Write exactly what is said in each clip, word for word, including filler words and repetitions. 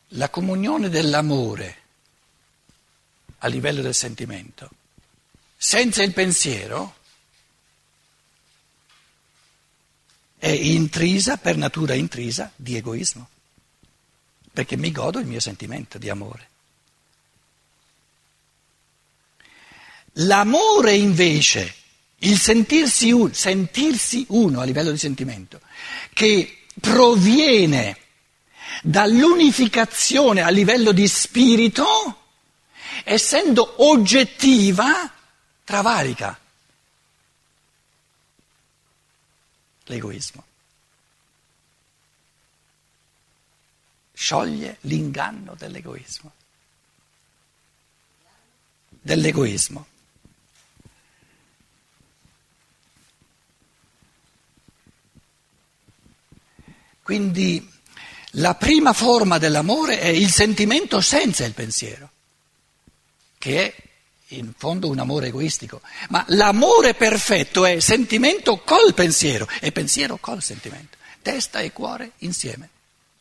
la comunione dell'amore a livello del sentimento, senza il pensiero, è intrisa, per natura intrisa, di egoismo, perché mi godo il mio sentimento di amore. L'amore invece, il sentirsi, un, sentirsi uno a livello di sentimento, che proviene dall'unificazione a livello di spirito, essendo oggettiva, travalica l'egoismo. Scioglie l'inganno dell'egoismo. Dell'egoismo. Quindi la prima forma dell'amore è il sentimento senza il pensiero, che è in fondo un amore egoistico, ma l'amore perfetto è sentimento col pensiero e pensiero col sentimento, testa e cuore insieme.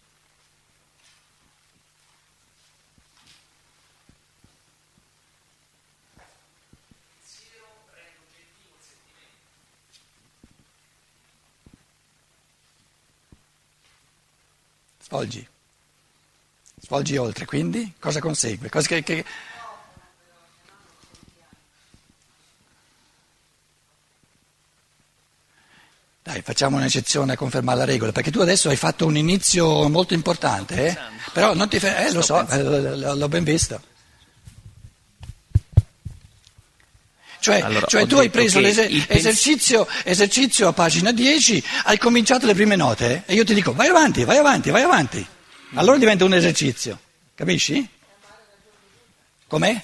Svolgi, svolgi oltre, quindi cosa consegue? Cosa che, che... Dai, facciamo un'eccezione a confermare la regola, perché tu adesso hai fatto un inizio molto importante, eh? Però non ti fai, eh, lo so, eh, l'ho ben visto. Cioè, allora, cioè tu hai preso l'esercizio pens- esercizio a pagina dieci, hai cominciato le prime note e io ti dico vai avanti, vai avanti, vai avanti. Allora diventa un esercizio, capisci? Com'è?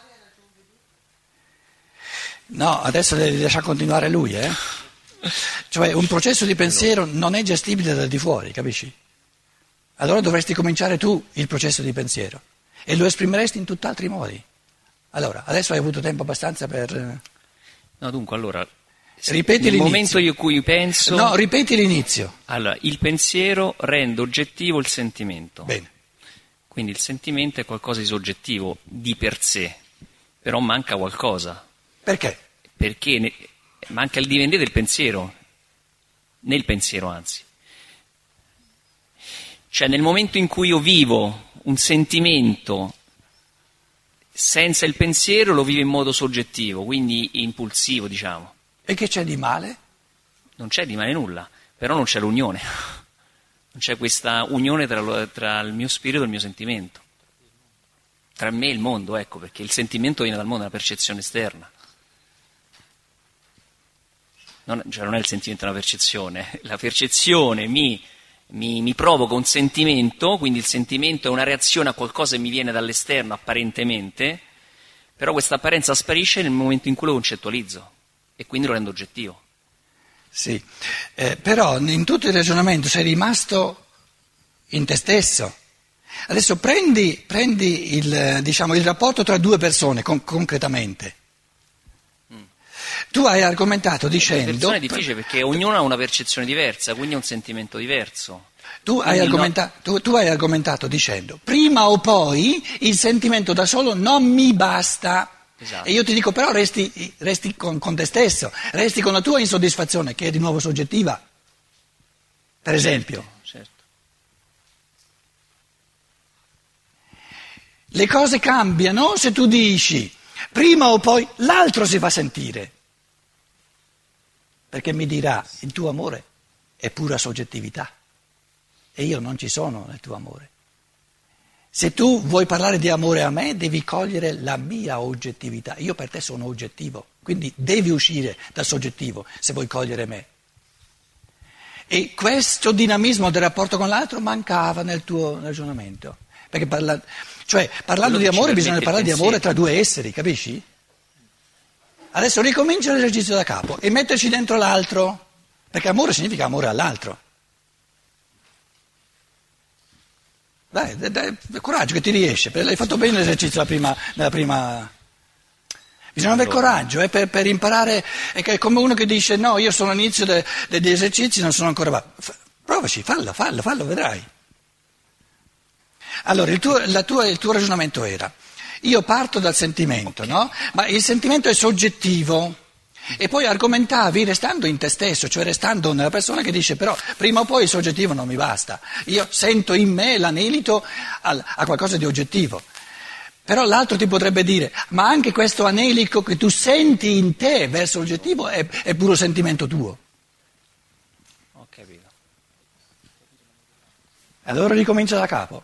No, adesso devi lasciare continuare lui, eh? Cioè un processo di pensiero non è gestibile da di fuori, capisci? Allora dovresti cominciare tu il processo di pensiero e lo esprimeresti in tutt'altri modi. Allora, adesso hai avuto tempo abbastanza per... No, dunque, allora, ripeti nel l'inizio. momento in cui penso... No, ripeti l'inizio. Allora, il pensiero rende oggettivo il sentimento. Bene. Quindi il sentimento è qualcosa di soggettivo, di per sé, però manca qualcosa. Perché? Perché ne... manca il divenire del pensiero, nel pensiero anzi. Cioè, nel momento in cui io vivo un sentimento... senza il pensiero lo vive in modo soggettivo, quindi impulsivo, diciamo. E che c'è di male? Non c'è di male nulla, però non c'è l'unione. Non c'è questa unione tra, tra il mio spirito e il mio sentimento. Tra me e il mondo, ecco, perché il sentimento viene dal mondo, dalla percezione esterna. Non, cioè non è il sentimento, è una percezione. La percezione mi... Mi, mi provoca un sentimento, quindi il sentimento è una reazione a qualcosa che mi viene dall'esterno apparentemente, però questa apparenza sparisce nel momento in cui lo concettualizzo e quindi lo rendo oggettivo. Sì, eh, però in tutto il ragionamento sei rimasto in te stesso. Adesso prendi, prendi il, diciamo, il rapporto tra due persone con, concretamente. Mm. Tu hai argomentato dicendo... La percezione è difficile perché ognuno ha una percezione diversa, quindi è un sentimento diverso. Tu hai, argomenta- no... tu, tu hai argomentato dicendo, prima o poi il sentimento da solo non mi basta. Esatto. E io ti dico, però resti, resti con, con te stesso, resti con la tua insoddisfazione, che è di nuovo soggettiva, per esempio. Certo, certo. Le cose cambiano se tu dici, prima o poi l'altro si fa sentire. Perché mi dirà, il tuo amore è pura soggettività e io non ci sono nel tuo amore. Se tu vuoi parlare di amore a me, devi cogliere la mia oggettività. Io per te sono oggettivo, quindi devi uscire dal soggettivo se vuoi cogliere me. E questo dinamismo del rapporto con l'altro mancava nel tuo ragionamento. Perché parla, cioè, parlando di amore bisogna parlare di amore tra due esseri, capisci? Adesso ricomincia l'esercizio da capo e metterci dentro l'altro, perché amore significa amore all'altro. Dai, dai, dai, coraggio che ti riesce, hai fatto bene l'esercizio nella prima, nella prima... Bisogna avere coraggio eh, per, per imparare, è come uno che dice no, io sono all'inizio de, de, degli esercizi, non sono ancora... Provaci, fallo, fallo, fallo, vedrai. Allora, il tuo, la tua, il tuo ragionamento era, io parto dal sentimento, Okay. no? Ma il sentimento è soggettivo e poi argomentavi restando in te stesso, cioè restando nella persona che dice però prima o poi il soggettivo non mi basta, io sento in me l'anelito al- a qualcosa di oggettivo. Però l'altro ti potrebbe dire, ma anche questo anelico che tu senti in te verso l'oggettivo è, è puro sentimento tuo. Ho capito. Allora ricomincia da capo.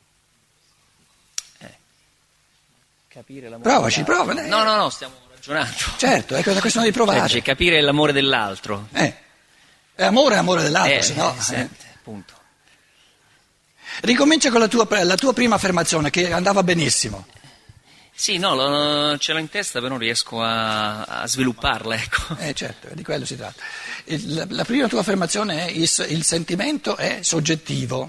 Eh. Capire l'amore Provaci, dell'altro. prova. eh. No, no, no, stiamo ragionando. Certo, è una questione di provare. Cioè, capire l'amore dell'altro. Eh, è amore è amore dell'altro, Eh, se no... eh, eh. sente, appunto. Ricomincia con la tua, la tua prima affermazione che andava benissimo. Sì, no, lo- ce l'ho in testa, però non riesco a, a svilupparla, ecco. Eh certo, di quello si tratta. Il- la, la prima tua affermazione è il, il sentimento è soggettivo.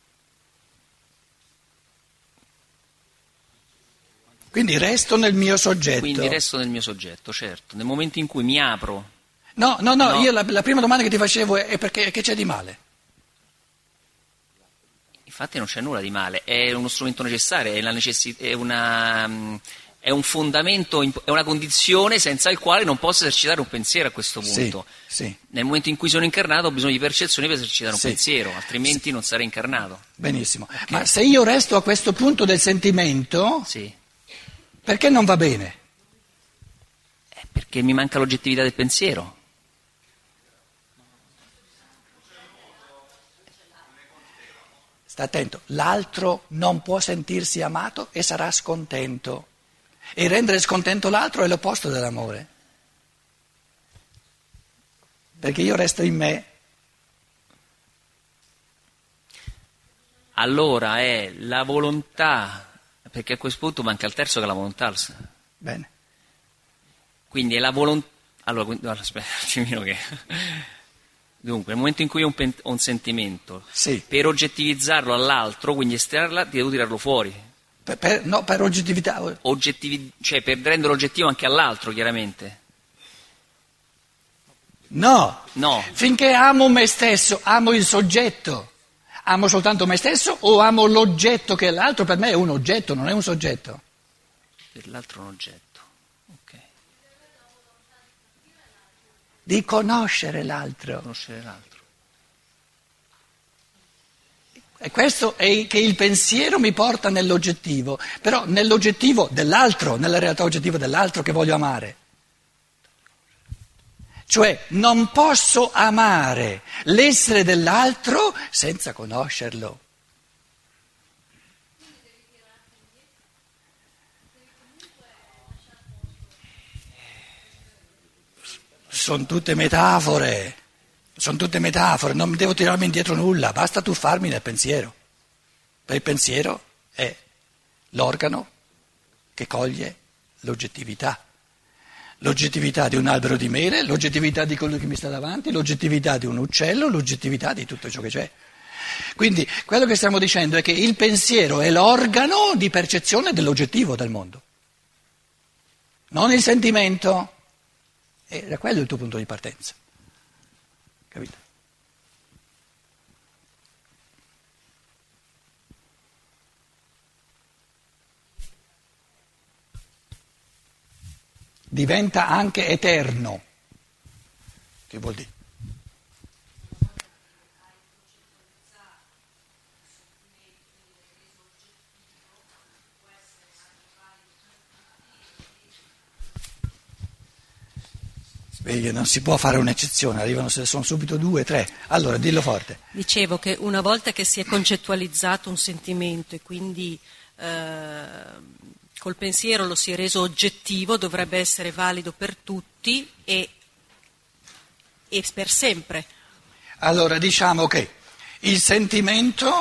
Quindi resto nel mio soggetto. Quindi resto nel mio soggetto, certo. Nel momento in cui mi apro, No, no, no, No. io la, la prima domanda che ti facevo è, è perché che c'è di male? infatti non c'è nulla di male, è uno strumento necessario, è, la necessi- è, una, mm, è un fondamento, imp- è una condizione senza il quale non posso esercitare un pensiero a questo punto. Sì, sì, Nel momento in cui sono incarnato ho bisogno di percezione per esercitare un Sì. pensiero, altrimenti non sarei incarnato. benissimo. Ma se io resto a questo punto del sentimento, Sì. perché non va bene? Eh, perché mi manca l'oggettività del pensiero. Sta attento, l'altro non può sentirsi amato e sarà scontento. E rendere scontento l'altro è l'opposto dell'amore. Perché io resto in me. Allora è la volontà, perché a questo punto manca il terzo che è la volontà. Bene. Quindi è la volontà. Allora, quindi- allora, aspetta un attimino che. Dunque, nel momento in cui ho un, pen- ho un sentimento, Sì. per oggettivizzarlo all'altro, quindi estrarla, devo tirarlo fuori. Per, per- no, per oggettività. Oggettivi- cioè per rendere oggettivo anche all'altro, chiaramente. No. No, Finché amo me stesso, amo il soggetto. Amo soltanto me stesso o amo l'oggetto che è l'altro? Per me è un oggetto, non è un soggetto. per l'altro è un oggetto. Ok, Di conoscere l'altro. conoscere l'altro. E questo è che il pensiero mi porta nell'oggettivo, però nell'oggettivo dell'altro, nella realtà oggettiva dell'altro che voglio amare. Cioè non posso amare l'essere dell'altro senza conoscerlo. Sono tutte metafore, sono tutte metafore, non devo tirarmi indietro nulla, basta tuffarmi nel pensiero. Per il pensiero è l'organo che coglie l'oggettività. L'oggettività di un albero di mele, l'oggettività di colui che mi sta davanti, l'oggettività di un uccello, l'oggettività di tutto ciò che c'è. Quindi quello che stiamo dicendo è che il pensiero è l'organo di percezione dell'oggettivo del mondo, non il sentimento. Era quello il tuo punto di partenza. Capito? Diventa anche eterno. Che vuol dire? Vedi, non si può fare un'eccezione, arrivano se sono subito due, tre. Allora, dillo forte. Dicevo che una volta che si è concettualizzato un sentimento e quindi eh, col pensiero lo si è reso oggettivo, dovrebbe essere valido per tutti e, e per sempre. Allora, diciamo che il sentimento,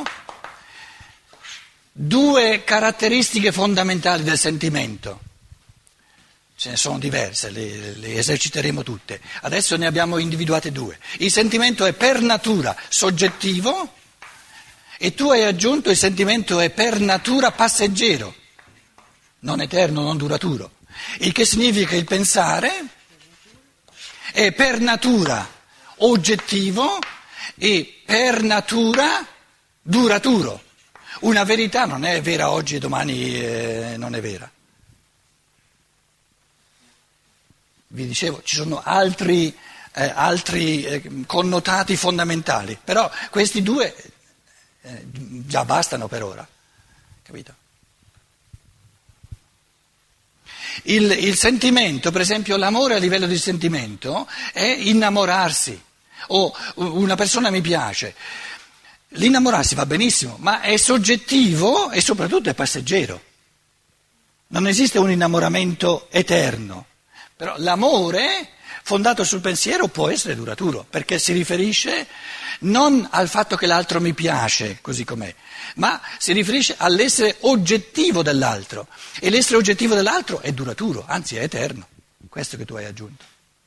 due caratteristiche fondamentali del sentimento. Ce ne sono diverse, le, le eserciteremo tutte. Adesso ne abbiamo individuate due. Il sentimento è per natura soggettivo e tu hai aggiunto il sentimento è per natura passeggero, non eterno, non duraturo. Il che significa che il pensare è per natura oggettivo e per natura duraturo. una verità non è vera oggi e domani eh, non è vera. Vi dicevo, ci sono altri, eh, altri eh, connotati fondamentali, però questi due eh, già bastano per ora, capito? Il, il sentimento, per esempio l'amore a livello di sentimento, è innamorarsi, o una persona mi piace, l'innamorarsi va benissimo, ma è soggettivo e soprattutto è passeggero, non esiste un innamoramento eterno. Però l'amore fondato sul pensiero può essere duraturo, perché si riferisce non al fatto che l'altro mi piace così com'è, ma si riferisce all'essere oggettivo dell'altro. E l'essere oggettivo dell'altro è duraturo, anzi è eterno, questo che tu hai aggiunto.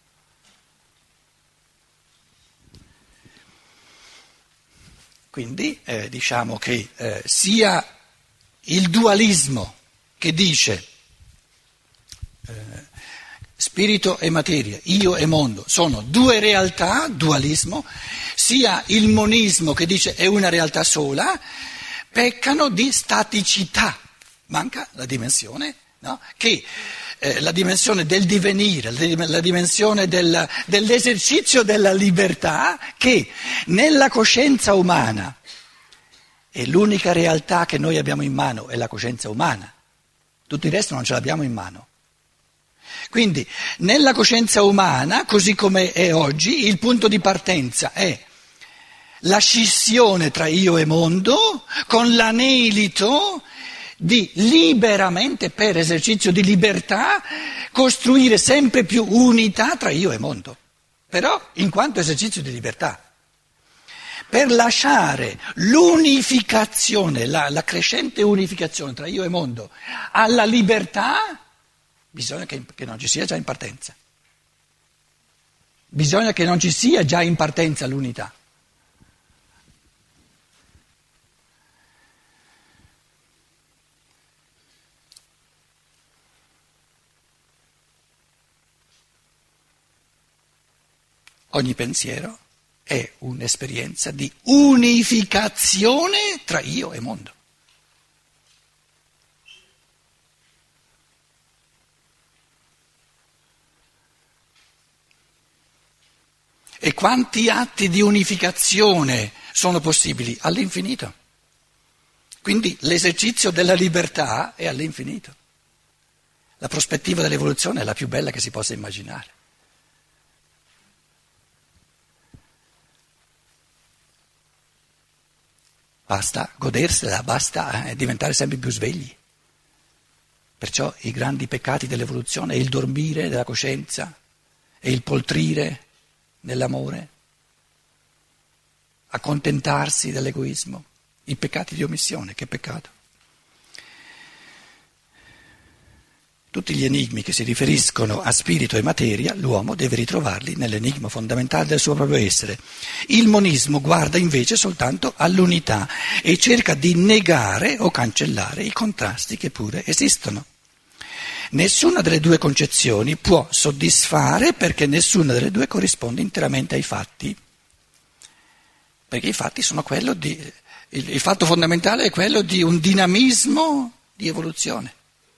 Quindi eh, diciamo che eh, sia il dualismo che dice eh, spirito e materia, io e mondo, sono due realtà, dualismo, sia il monismo che dice è una realtà sola, peccano di staticità, manca la dimensione, no? Che eh, la dimensione del divenire, la dimensione del, dell'esercizio della libertà, che nella coscienza umana, e l'unica realtà che noi abbiamo in mano è la coscienza umana, tutto il resto non ce l'abbiamo in mano. Quindi nella coscienza umana, così come è oggi, il punto di partenza è la scissione tra io e mondo, con l'anelito di liberamente, per esercizio di libertà, costruire sempre più unità tra io e mondo, però in quanto esercizio di libertà. Per lasciare l'unificazione, la, la crescente unificazione tra io e mondo alla libertà, bisogna che, che non ci sia già in partenza. Bisogna che non ci sia già in partenza l'unità. Ogni pensiero è un'esperienza di unificazione tra io e mondo. E quanti atti di unificazione sono possibili? All'infinito. Quindi l'esercizio della libertà è all'infinito. La prospettiva dell'evoluzione è la più bella che si possa immaginare. Basta godersela, basta eh, diventare sempre più svegli. Perciò i grandi peccati dell'evoluzione è il dormire della coscienza, è il poltrire nell'amore, accontentarsi dell'egoismo, i peccati di omissione, che peccato. Tutti gli enigmi che si riferiscono a spirito e materia, l'uomo deve ritrovarli nell'enigma fondamentale del suo proprio essere. Il monismo guarda invece soltanto all'unità e cerca di negare o cancellare i contrasti che pure esistono. Nessuna delle due concezioni può soddisfare perché nessuna delle due corrisponde interamente ai fatti. Perché i fatti sono quello di... Il, il fatto fondamentale è quello di un dinamismo di evoluzione,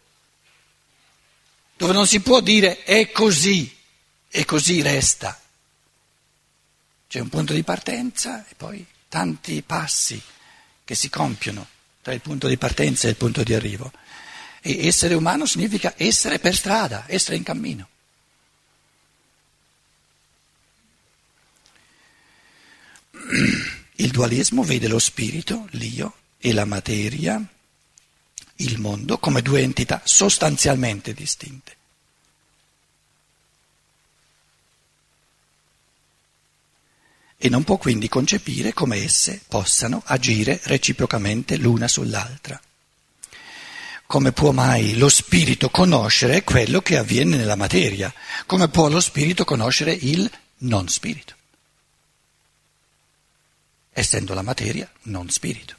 dove non si può dire è così e così resta. C'è un punto di partenza e poi tanti passi che si compiono tra il punto di partenza e il punto di arrivo. E essere umano significa essere per strada, essere in cammino. Il dualismo vede lo spirito, l'io, e la materia, il mondo, come due entità sostanzialmente distinte. E non può quindi concepire come esse possano agire reciprocamente l'una sull'altra. Come può mai lo spirito conoscere quello che avviene nella materia? Come può lo spirito conoscere il non spirito? Essendo la materia non spirito.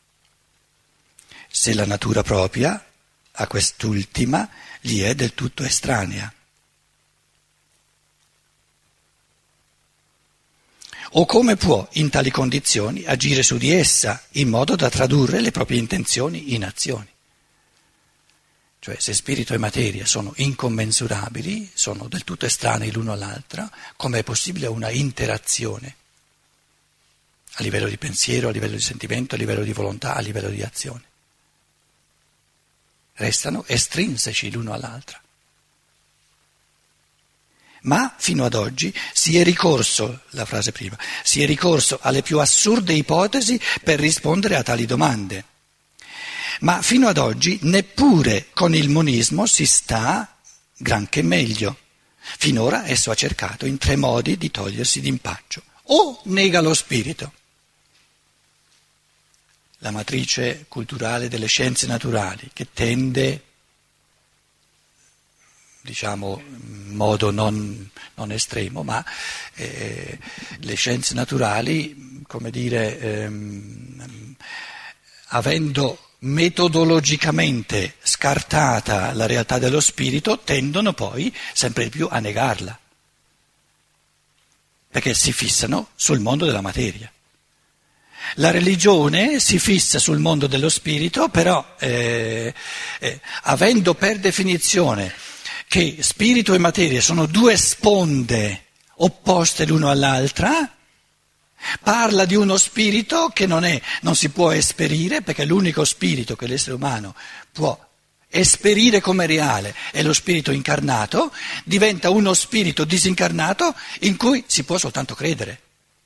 Se la natura propria a quest'ultima gli è del tutto estranea. o come può in tali condizioni agire su di essa in modo da tradurre le proprie intenzioni in azioni. Cioè, se spirito e materia sono incommensurabili, sono del tutto estranei l'uno all'altra, com'è possibile una interazione a livello di pensiero, a livello di sentimento, a livello di volontà, a livello di azione? Restano estrinseci l'uno all'altra. Ma fino ad oggi si è ricorso, la frase prima, si è ricorso alle più assurde ipotesi per rispondere a tali domande. Ma fino ad oggi neppure con il monismo si sta granché meglio. Finora esso ha cercato in tre modi di togliersi d'impaccio. O nega lo spirito, la matrice culturale delle scienze naturali, che tende, diciamo in modo non, non estremo, ma eh, le scienze naturali, come dire, ehm, avendo metodologicamente scartata la realtà dello spirito, tendono poi sempre di più a negarla, perché si fissano sul mondo della materia. La religione si fissa sul mondo dello spirito, però eh, eh, avendo per definizione che spirito e materia sono due sponde opposte l'uno all'altra, parla di uno spirito che non è, non si può esperire, perché l'unico spirito che l'essere umano può esperire come reale è lo spirito incarnato, diventa uno spirito disincarnato in cui si può soltanto credere.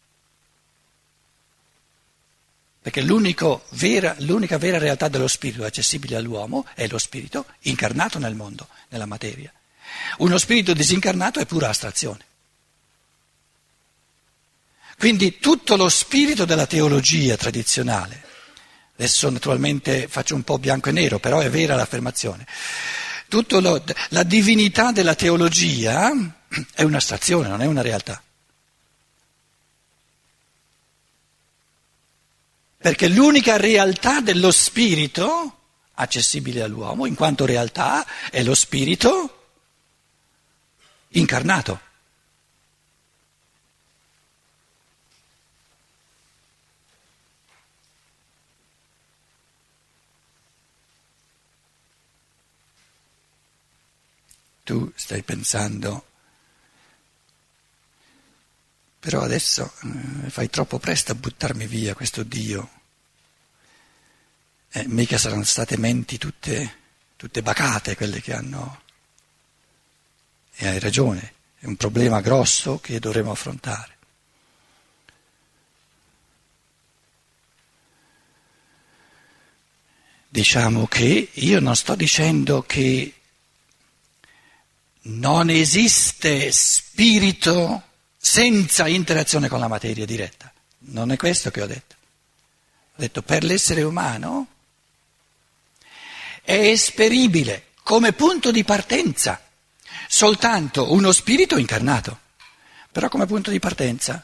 Perché l'unico vera, l'unica vera realtà dello spirito accessibile all'uomo è lo spirito incarnato nel mondo, nella materia. Uno spirito disincarnato è pura astrazione. Quindi tutto lo spirito della teologia tradizionale, adesso naturalmente faccio un po' bianco e nero, però è vera l'affermazione, tutto lo, la divinità della teologia è un'astrazione, non è una realtà. Perché l'unica realtà dello spirito accessibile all'uomo, in quanto realtà, è lo spirito incarnato. Tu stai pensando, però adesso eh, fai troppo presto a buttarmi via questo Dio. Eh, mica saranno state menti tutte, tutte bacate quelle che hanno. E hai ragione, è un problema grosso che dovremo affrontare. Diciamo che io non sto dicendo che non esiste spirito senza interazione con la materia diretta. Non è questo che ho detto. Ho detto per l'essere umano è esperibile come punto di partenza soltanto uno spirito incarnato, però come punto di partenza.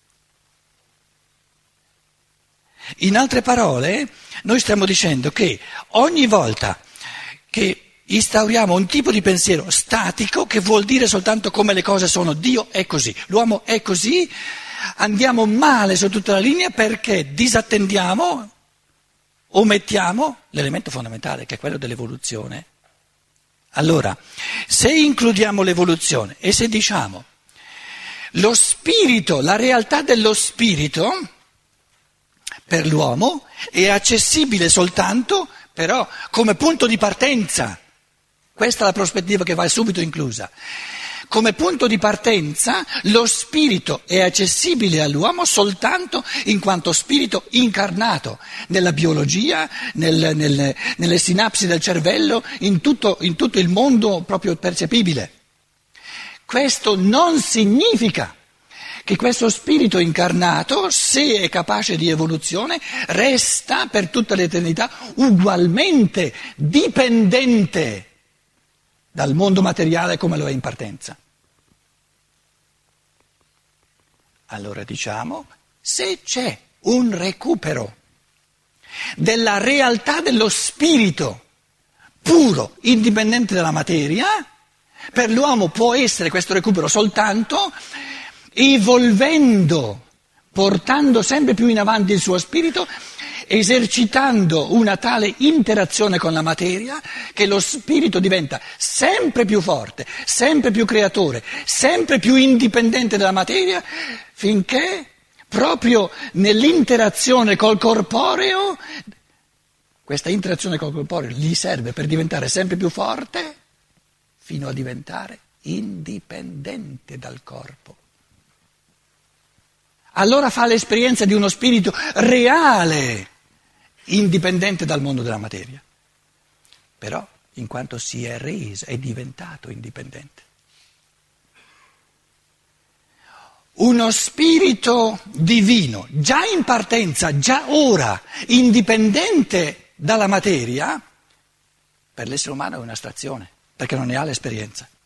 In altre parole, noi stiamo dicendo che ogni volta che instauriamo un tipo di pensiero statico, che vuol dire soltanto come le cose sono, Dio è così, l'uomo è così, andiamo male su tutta la linea perché disattendiamo, omettiamo l'elemento fondamentale che è quello dell'evoluzione. Allora, se includiamo l'evoluzione e se diciamo lo spirito, la realtà dello spirito per l'uomo è accessibile soltanto però come punto di partenza. Questa è la prospettiva che va subito inclusa. Come punto di partenza lo spirito è accessibile all'uomo soltanto in quanto spirito incarnato nella biologia, nel, nel, nelle sinapsi del cervello, in tutto, in tutto il mondo proprio percepibile. Questo non significa che questo spirito incarnato, se è capace di evoluzione, resta per tutta l'eternità ugualmente dipendente dal mondo materiale come lo è in partenza. Allora diciamo, se c'è un recupero della realtà dello spirito puro, indipendente dalla materia, per l'uomo può essere questo recupero soltanto evolvendo portando sempre più in avanti il suo spirito, esercitando una tale interazione con la materia che lo spirito diventa sempre più forte, sempre più creatore, sempre più indipendente dalla materia, finché proprio nell'interazione col corporeo, questa interazione col corporeo gli serve per diventare sempre più forte, fino a diventare indipendente dal corpo. Allora fa l'esperienza di uno spirito reale, indipendente dal mondo della materia. Però, in quanto si è reso, è diventato indipendente. Uno spirito divino, già in partenza, già ora, indipendente dalla materia, per l'essere umano è un'astrazione, perché non ne ha l'esperienza.